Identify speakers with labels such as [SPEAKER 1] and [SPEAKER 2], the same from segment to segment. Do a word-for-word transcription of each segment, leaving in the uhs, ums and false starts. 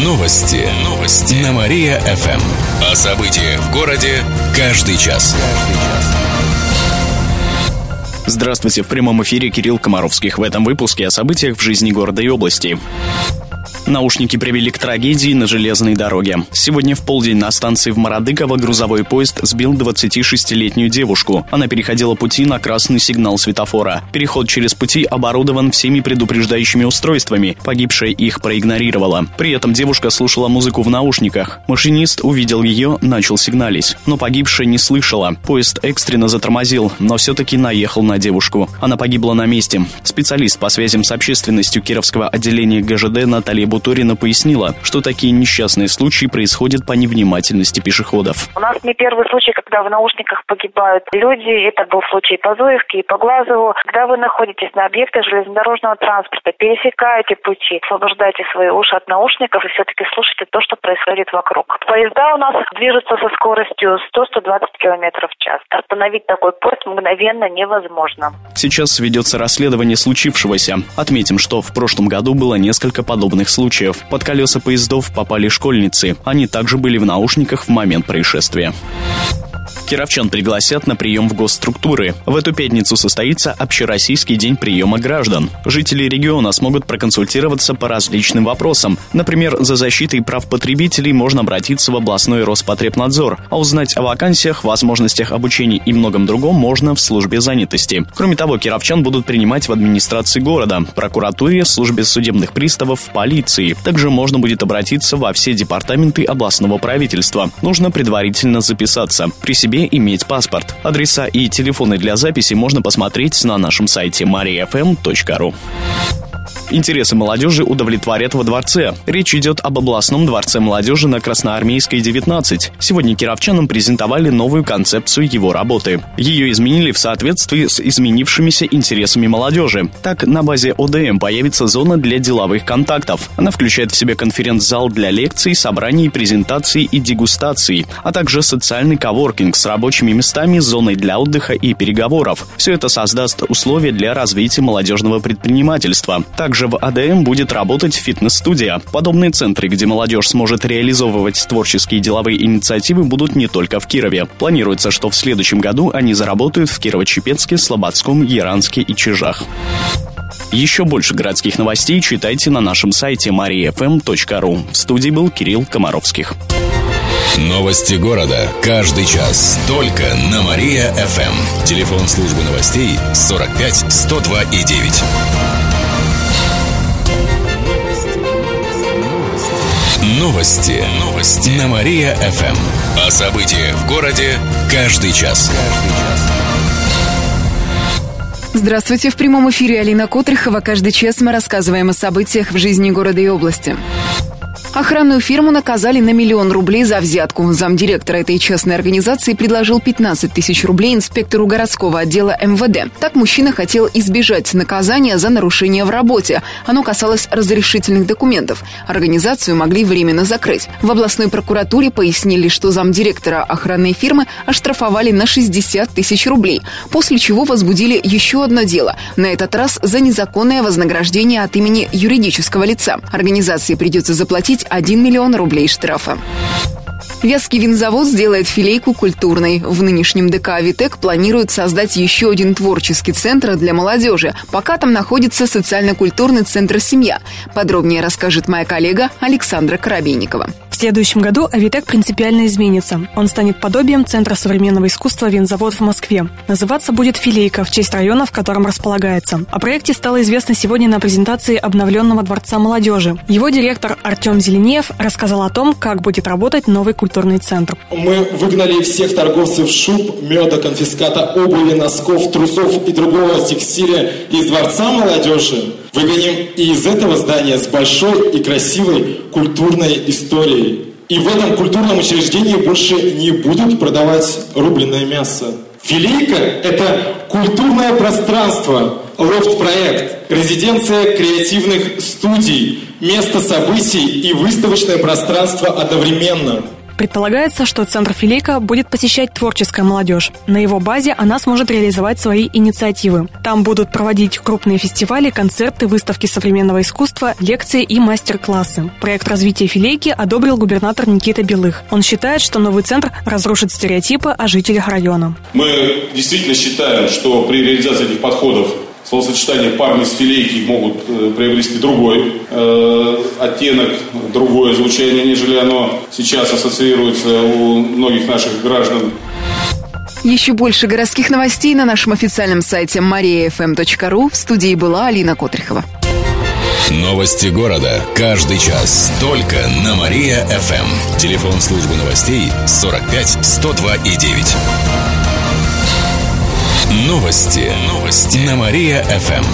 [SPEAKER 1] Новости. Новости. На Мария-ФМ. О событиях в городе каждый час.
[SPEAKER 2] Здравствуйте, в прямом эфире Кирилл Комаровских. В этом выпуске о событиях в жизни города и области. Наушники привели к трагедии на железной дороге. Сегодня в полдень на станции в Мародыково грузовой поезд сбил двадцатишестилетнюю девушку. Она переходила пути на красный сигнал светофора. Переход через пути оборудован всеми предупреждающими устройствами. Погибшая их проигнорировала. При этом девушка слушала музыку в наушниках. Машинист увидел ее, начал сигналить. Но погибшая не слышала. Поезд экстренно затормозил, но все-таки наехал на девушку. Она погибла на месте. Специалист по связям с общественностью Кировского отделения ГЖД Наталья Буторина пояснила, что такие несчастные случаи происходят по невнимательности пешеходов.
[SPEAKER 3] У нас не первый случай, когда в наушниках погибают люди. Это был случай по Зуевке и по Глазову. Когда вы находитесь на объектах железнодорожного транспорта, пересекаете пути, освобождайте свои уши от наушников и все-таки слушайте то, что происходит вокруг. Поезда у нас движутся со скоростью сто - сто двадцать километров в час. Остановить такой поезд мгновенно невозможно.
[SPEAKER 2] Сейчас ведется расследование случившегося. Отметим, что в прошлом году было несколько подобных случаев. Под колеса поездов попали школьницы. Они также были в наушниках в момент происшествия. Кировчан пригласят на прием в госструктуры. В эту пятницу состоится Общероссийский день приема граждан. Жители региона смогут проконсультироваться по различным вопросам. Например, за защитой прав потребителей можно обратиться в областной Роспотребнадзор, а узнать о вакансиях, возможностях обучения и многом другом можно в службе занятости. Кроме того, кировчан будут принимать в администрации города, прокуратуре, службе судебных приставов, полиции. Также можно будет обратиться во все департаменты областного правительства. Нужно предварительно записаться. При себе иметь паспорт. Адреса и телефоны для записи можно посмотреть на нашем сайте мария эф эм точка ру. Интересы молодежи удовлетворят во дворце. Речь идет об областном дворце молодежи на Красноармейской, девятнадцать. Сегодня кировчанам презентовали новую концепцию его работы. Ее изменили в соответствии с изменившимися интересами молодежи. Так, на базе о дэ эм появится зона для деловых контактов. Она включает в себя конференц-зал для лекций, собраний, презентаций и дегустаций, а также социальный коворкинг с рабочими местами, зоной для отдыха и переговоров. Все это создаст условия для развития молодежного предпринимательства. Также в а дэ эм будет работать фитнес-студия. Подобные центры, где молодежь сможет реализовывать творческие и деловые инициативы, будут не только в Кирове. Планируется, что в следующем году они заработают в Кирово-Чепецке, Слободском, Яранске и Чижах. Еще больше городских новостей читайте на нашем сайте мария эф эм точка ру. В студии был Кирилл Комаровских.
[SPEAKER 1] Новости города. Каждый час. Только на Мария-ФМ. Телефон службы новостей сорок пять сто два и девять. Новости. Новости. На Мария-ФМ. О событиях в городе каждый час.
[SPEAKER 4] Здравствуйте, в прямом эфире Алина Котрихова. Каждый час мы рассказываем о событиях в жизни города и области. Охранную фирму наказали на миллион рублей за взятку. Замдиректора этой частной организации предложил пятнадцать тысяч рублей инспектору городского отдела эм вэ дэ. Так мужчина хотел избежать наказания за нарушение в работе. Оно касалось разрешительных документов. Организацию могли временно закрыть. В областной прокуратуре пояснили, что замдиректора охранной фирмы оштрафовали на шестьдесят тысяч рублей, после чего возбудили еще одно дело. На этот раз за незаконное вознаграждение от имени юридического лица. Организации придется заплатить один миллион рублей штрафа. Вятский винзавод сделает филейку культурной. В нынешнем дэ ка «Авитек» планируют создать еще один творческий центр для молодежи. Пока там находится социально-культурный центр «Семья». Подробнее расскажет моя коллега Александра Коробейникова.
[SPEAKER 5] В следующем году «Авитек» принципиально изменится. Он станет подобием Центра современного искусства «Винзавод» в Москве. Называться будет «Филейка» в честь района, в котором располагается. О проекте стало известно сегодня на презентации обновленного Дворца молодежи. Его директор Артем Зеленеев рассказал о том, как будет работать новый культурный центр.
[SPEAKER 6] Мы выгнали всех торговцев шуб, меда, конфиската, обуви, носков, трусов и другого текстиля из Дворца молодежи. Выгоним и из этого здания с большой и красивой культурной историей. И в этом культурном учреждении больше не будут продавать рубленное мясо. Филейка – это культурное пространство, лофт-проект, резиденция креативных студий, место событий и выставочное пространство одновременно.
[SPEAKER 5] Предполагается, что центр «Филейка» будет посещать творческая молодежь. На его базе она сможет реализовать свои инициативы. Там будут проводить крупные фестивали, концерты, выставки современного искусства, лекции и мастер-классы. Проект развития «Филейки» одобрил губернатор Никита Белых. Он считает, что новый центр разрушит стереотипы о жителях района.
[SPEAKER 7] Мы действительно считаем, что при реализации этих подходов словосочетание «парни с филейки» могут э, приобрести другой э, оттенок, другое звучание, нежели оно сейчас ассоциируется у многих наших граждан.
[SPEAKER 4] Еще больше городских новостей на нашем официальном сайте мария эф эм точка ру. В студии была Алина Котрихова.
[SPEAKER 1] Новости города. Каждый час. Только на Мария-ФМ. Телефон службы новостей сорок пять сто два и девять. Новости. Новости. На Мария-ФМ.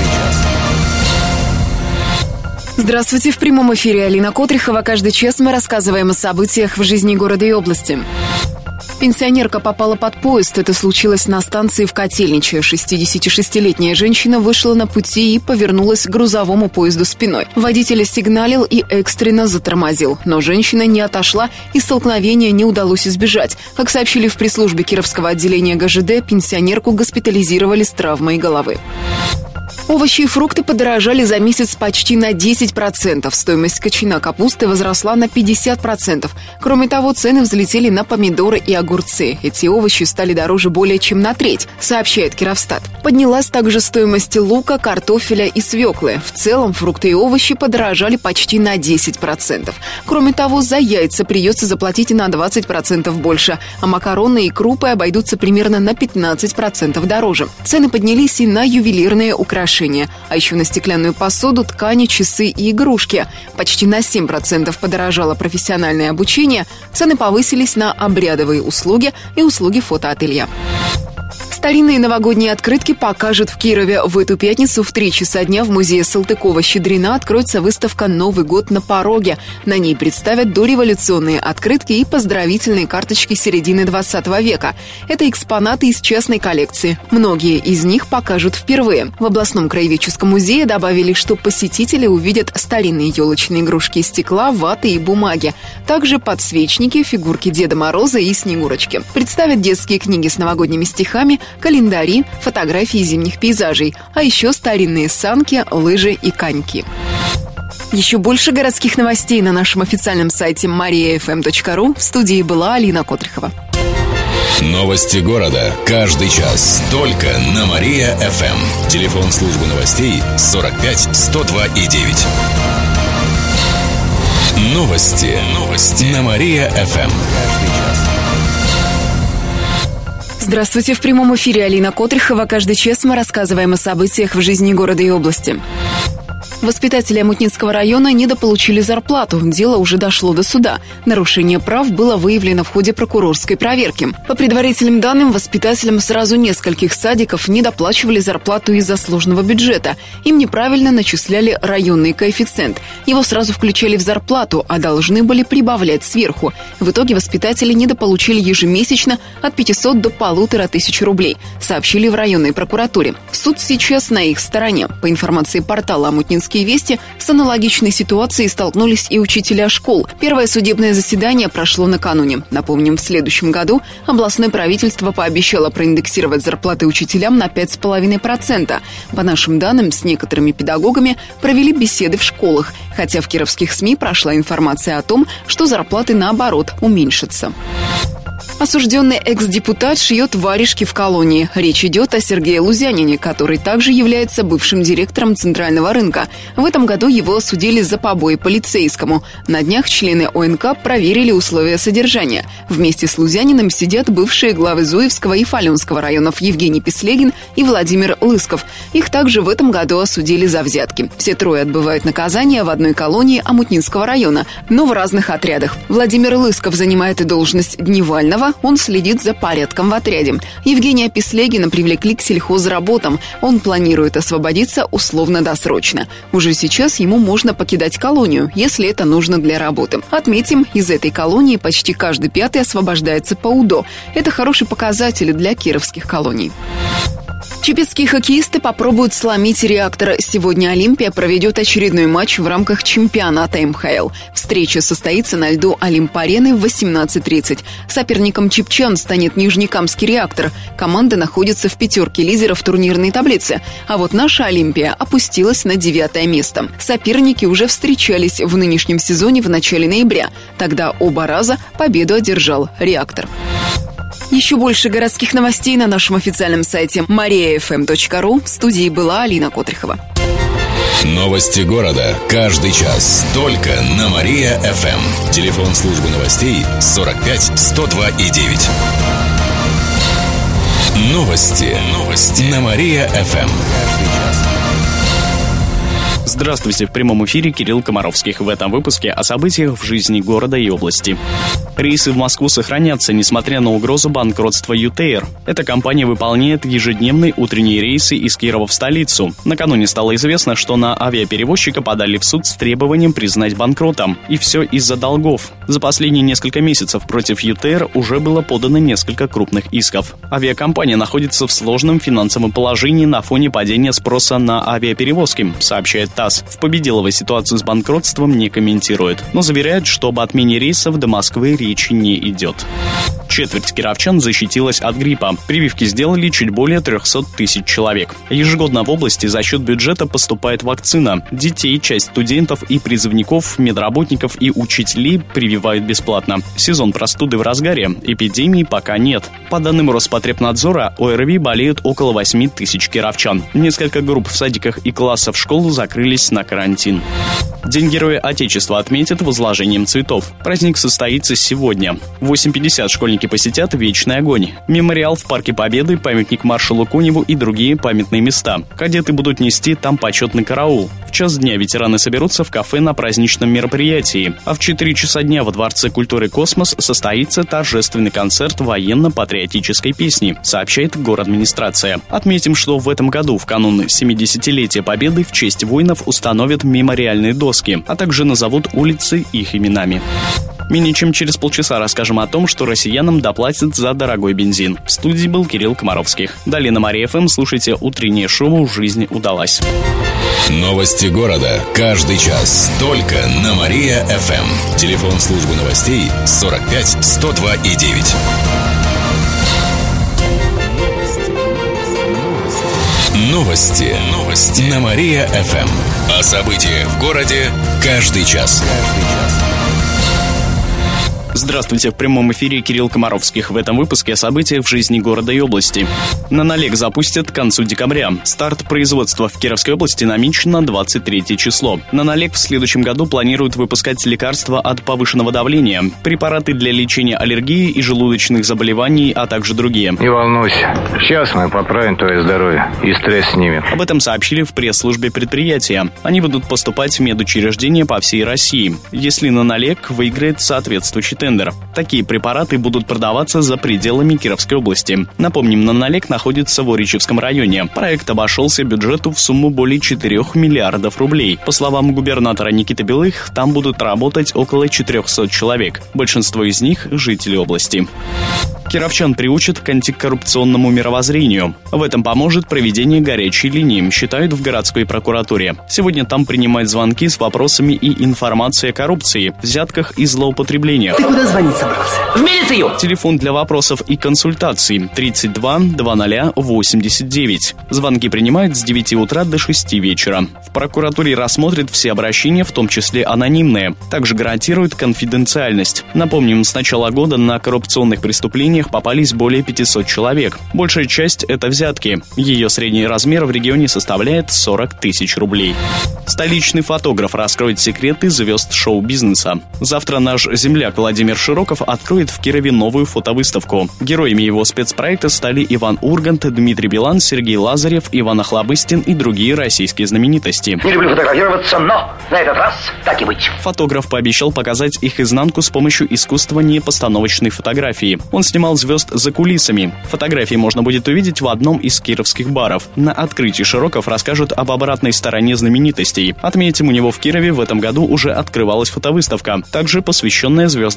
[SPEAKER 4] Здравствуйте, в прямом эфире Алина Котрихова. Каждый час мы рассказываем о событиях в жизни города и области. Пенсионерка попала под поезд. Это случилось на станции в Котельниче. шестидесятишестилетняя женщина вышла на пути и повернулась к грузовому поезду спиной. Водитель сигналил и экстренно затормозил. Но женщина не отошла, и столкновения не удалось избежать. Как сообщили в пресс-службе Кировского отделения гэ жэ дэ, пенсионерку госпитализировали с травмой головы. Овощи и фрукты подорожали за месяц почти на десять процентов. Стоимость кочана капусты возросла на пятьдесят процентов. Кроме того, цены взлетели на помидоры и огурцы. Эти овощи стали дороже более чем на треть, сообщает Кировстат. Поднялась также стоимость лука, картофеля и свеклы. В целом, фрукты и овощи подорожали почти на десять процентов. Кроме того, за яйца придется заплатить на двадцать процентов больше, а макароны и крупы обойдутся примерно на пятнадцать процентов дороже. Цены поднялись и на ювелирные украшения. А еще на стеклянную посуду, ткани, часы и игрушки. Почти на семь процентов подорожало профессиональное обучение. Цены повысились на обрядовые услуги и услуги фотоателье. Старинные новогодние открытки покажут в Кирове. В эту пятницу в три часа дня в музее Салтыкова-Щедрина откроется выставка «Новый год на пороге». На ней представят дореволюционные открытки и поздравительные карточки середины двадцатого века. Это экспонаты из частной коллекции. Многие из них покажут впервые. В областном краеведческом музее добавили, что посетители увидят старинные елочные игрушки из стекла, ваты и бумаги. Также подсвечники, фигурки Деда Мороза и Снегурочки. Представят детские книги с новогодними стихами, календари, фотографии зимних пейзажей, а еще старинные санки, лыжи и коньки. Еще больше городских новостей на нашем официальном сайте мария эф эм точка ру. В студии была Алина Котрихова.
[SPEAKER 1] Новости города. Каждый час. Только на Мария-ФМ. Телефон службы новостей сорок пять сто два и девять. Новости. Новости. На Мария-ФМ.
[SPEAKER 4] Здравствуйте, в прямом эфире Алина Котрихова. Каждый час мы рассказываем о событиях в жизни города и области. Воспитатели Омутнинского района недополучили зарплату. Дело уже дошло до суда. Нарушение прав было выявлено в ходе прокурорской проверки. По предварительным данным, воспитателям сразу нескольких садиков недоплачивали зарплату из-за сложного бюджета. Им неправильно начисляли районный коэффициент. Его сразу включали в зарплату, а должны были прибавлять сверху. В итоге воспитатели недополучили ежемесячно от пятисот до полутора тысяч рублей, сообщили в районной прокуратуре. Суд сейчас на их стороне. По информации портала «Омутнинский вести», с аналогичной ситуацией столкнулись и учителя школ. Первое судебное заседание прошло накануне. Напомним, в следующем году областное правительство пообещало проиндексировать зарплаты учителям на пять целых пять десятых процента. По нашим данным, с некоторыми педагогами провели беседы в школах, хотя в кировских СМИ прошла информация о том, что зарплаты, наоборот, уменьшатся. Осужденный экс-депутат шьет варежки в колонии. Речь идет о Сергее Лузянине, который также является бывшим директором Центрального рынка. В этом году его осудили за побои полицейскому. На днях члены о эн ка проверили условия содержания. Вместе с Лузяниным сидят бывшие главы Зуевского и Фалёнского районов Евгений Песлегин и Владимир Лысков. Их также в этом году осудили за взятки. Все трое отбывают наказание в одной колонии Омутнинского района, но в разных отрядах. Владимир Лысков занимает и должность дневального. Он следит за порядком в отряде. Евгения Песлегина привлекли к сельхозработам. Он планирует освободиться условно-досрочно. Уже сейчас ему можно покидать колонию, если это нужно для работы. Отметим, из этой колонии почти каждый пятый освобождается по УДО. Это хороший показатель для кировских колоний. Чепецкие хоккеисты попробуют сломить реактор. Сегодня Олимпия проведет очередной матч в рамках чемпионата эм ха эл. Встреча состоится на льду Олимп-арены в восемнадцать тридцать. Соперником чепчан станет Нижнекамский реактор. Команда находится в пятерке лидеров турнирной таблицы. А вот наша Олимпия опустилась на девятое место. Соперники уже встречались в нынешнем сезоне в начале ноября. Тогда оба раза победу одержал реактор. Еще больше городских новостей на нашем официальном сайте мария эф эм точка ру. В студии была Алина Котрихова.
[SPEAKER 1] Новости города. Каждый час. Только на Мария-ФМ. Телефон службы новостей сорок пять сто два и девять. Новости. Новости. На Мария-ФМ.
[SPEAKER 2] Здравствуйте, в прямом эфире Кирилл Комаровских. В этом выпуске о событиях в жизни города и области. Рейсы в Москву сохранятся, несмотря на угрозу банкротства ю тэ эр. Эта компания выполняет ежедневные утренние рейсы из Кирова в столицу. Накануне стало известно, что на авиаперевозчика подали в суд с требованием признать банкротом. И все из-за долгов. За последние несколько месяцев против ю тэ эр уже было подано несколько крупных исков. Авиакомпания находится в сложном финансовом положении на фоне падения спроса на авиаперевозки, сообщает ТАСС. В Победилово ситуацию с банкротством не комментирует, но заверяет, что об отмене рейсов до Москвы речи не идет. Четверть кировчан защитилась от гриппа. Прививки сделали чуть более триста тысяч человек. Ежегодно в области за счет бюджета поступает вакцина. Детей, часть студентов и призывников, медработников и учителей прививают бесплатно. Сезон простуды в разгаре, эпидемии пока нет. По данным Роспотребнадзора, о эр ви болеют около восемь тысяч кировчан. Несколько групп в садиках и классов школ закрылись на карантин. День Героя Отечества отметят возложением цветов. Праздник состоится сегодня. В восемь пятьдесят школьники посетят «Вечный огонь», мемориал в Парке Победы, памятник маршалу Коневу и другие памятные места. Кадеты будут нести там почетный караул. В час дня ветераны соберутся в кафе на праздничном мероприятии. А в четыре часа дня во Дворце культуры «Космос» состоится торжественный концерт военно-патриотической песни, сообщает горадминистрация. Отметим, что в этом году в канун семидесятилетия Победы в честь воинов установят мемориальные доски, а также назовут улицы их именами. Менее чем через полчаса расскажем о том, что россиянам доплатят за дорогой бензин. В студии был Кирилл Комаровских. Далее на Мария-ФМ слушайте утреннее шоу «Жизнь удалась».
[SPEAKER 1] Новости города. Каждый час. Только на Мария-ФМ. Телефон службы новостей сорок пять сто два и девять. Новости. Новости. На Мария-ФМ. О событиях в городе каждый час.
[SPEAKER 2] Здравствуйте, в прямом эфире Кирилл Комаровских. В этом выпуске о событиях в жизни города и области. Нанолек запустят к концу декабря. Старт производства в Кировской области намечен на двадцать третье число. Нанолек в следующем году планирует выпускать лекарства от повышенного давления, препараты для лечения аллергии и желудочных заболеваний, а также другие.
[SPEAKER 8] Не волнуйся, сейчас мы поправим твое здоровье и стресс снимем.
[SPEAKER 2] Об этом сообщили в пресс-службе предприятия. Они будут поступать в медучреждения по всей России, если Нанолек выиграет соответствующий тендер. Такие препараты будут продаваться за пределами Кировской области. Напомним, Нанолек находится в Оричевском районе. Проект обошелся бюджету в сумму более четырёх миллиардов рублей. По словам губернатора Никиты Белых, там будут работать около четырехсот человек. Большинство из них – жители области. Кировчан приучат к антикоррупционному мировоззрению. В этом поможет проведение горячей линии, считают в городской прокуратуре. Сегодня там принимают звонки с вопросами и информацией о коррупции, взятках и злоупотреблениях.
[SPEAKER 9] Ты куда звонить собрался? В милицию!
[SPEAKER 2] Телефон для вопросов и консультаций тридцать два двадцать восемьдесят девять. Звонки принимают с девяти утра до шести вечера. В прокуратуре рассмотрят все обращения, в том числе анонимные. Также гарантируют конфиденциальность. Напомним, с начала года на коррупционных преступлениях попались более пятисот человек. Большая часть – это взятки. Ее средний размер в регионе составляет сорок тысяч рублей. Столичный фотограф раскроет секреты звезд шоу-бизнеса. Завтра наш земляк Владимир Широков откроет в Кирове новую фотовыставку. Героями его спецпроекта стали Иван Ургант, Дмитрий Билан, Сергей Лазарев, Иван Охлобыстин и другие российские знаменитости.
[SPEAKER 9] Не люблю фотографироваться, но на этот раз так и быть.
[SPEAKER 2] Фотограф пообещал показать их изнанку с помощью искусства непостановочной фотографии. Он снимал звезд за кулисами. Фотографии можно будет увидеть в одном из кировских баров. На открытии Широков расскажет об обратной стороне знаменитостей. Отметим, у него в Кирове в этом году уже открывалась фотовыставка, также посвященная звездам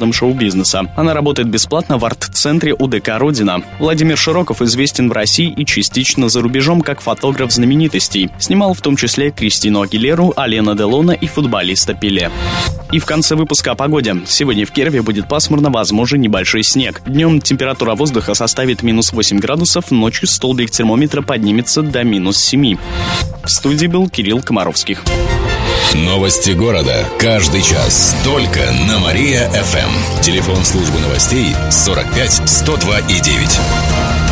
[SPEAKER 2] звездам шоу-бизнеса. Она работает бесплатно в арт-центре УДК «Родина». Владимир Широков известен в России и частично за рубежом как фотограф знаменитостей. Снимал в том числе Кристину Агилеру, Алена Делона и футболиста Пеле. И в конце выпуска о погоде. Сегодня в Кирове будет пасмурно, возможен небольшой снег. Днем температура воздуха составит минус восемь градусов, ночью столбик термометра поднимется до минус семь. В студии был Кирилл Комаровских.
[SPEAKER 1] Новости города. Каждый час. Только на Мария-ФМ. Телефон службы новостей сорок пять сто два и девять.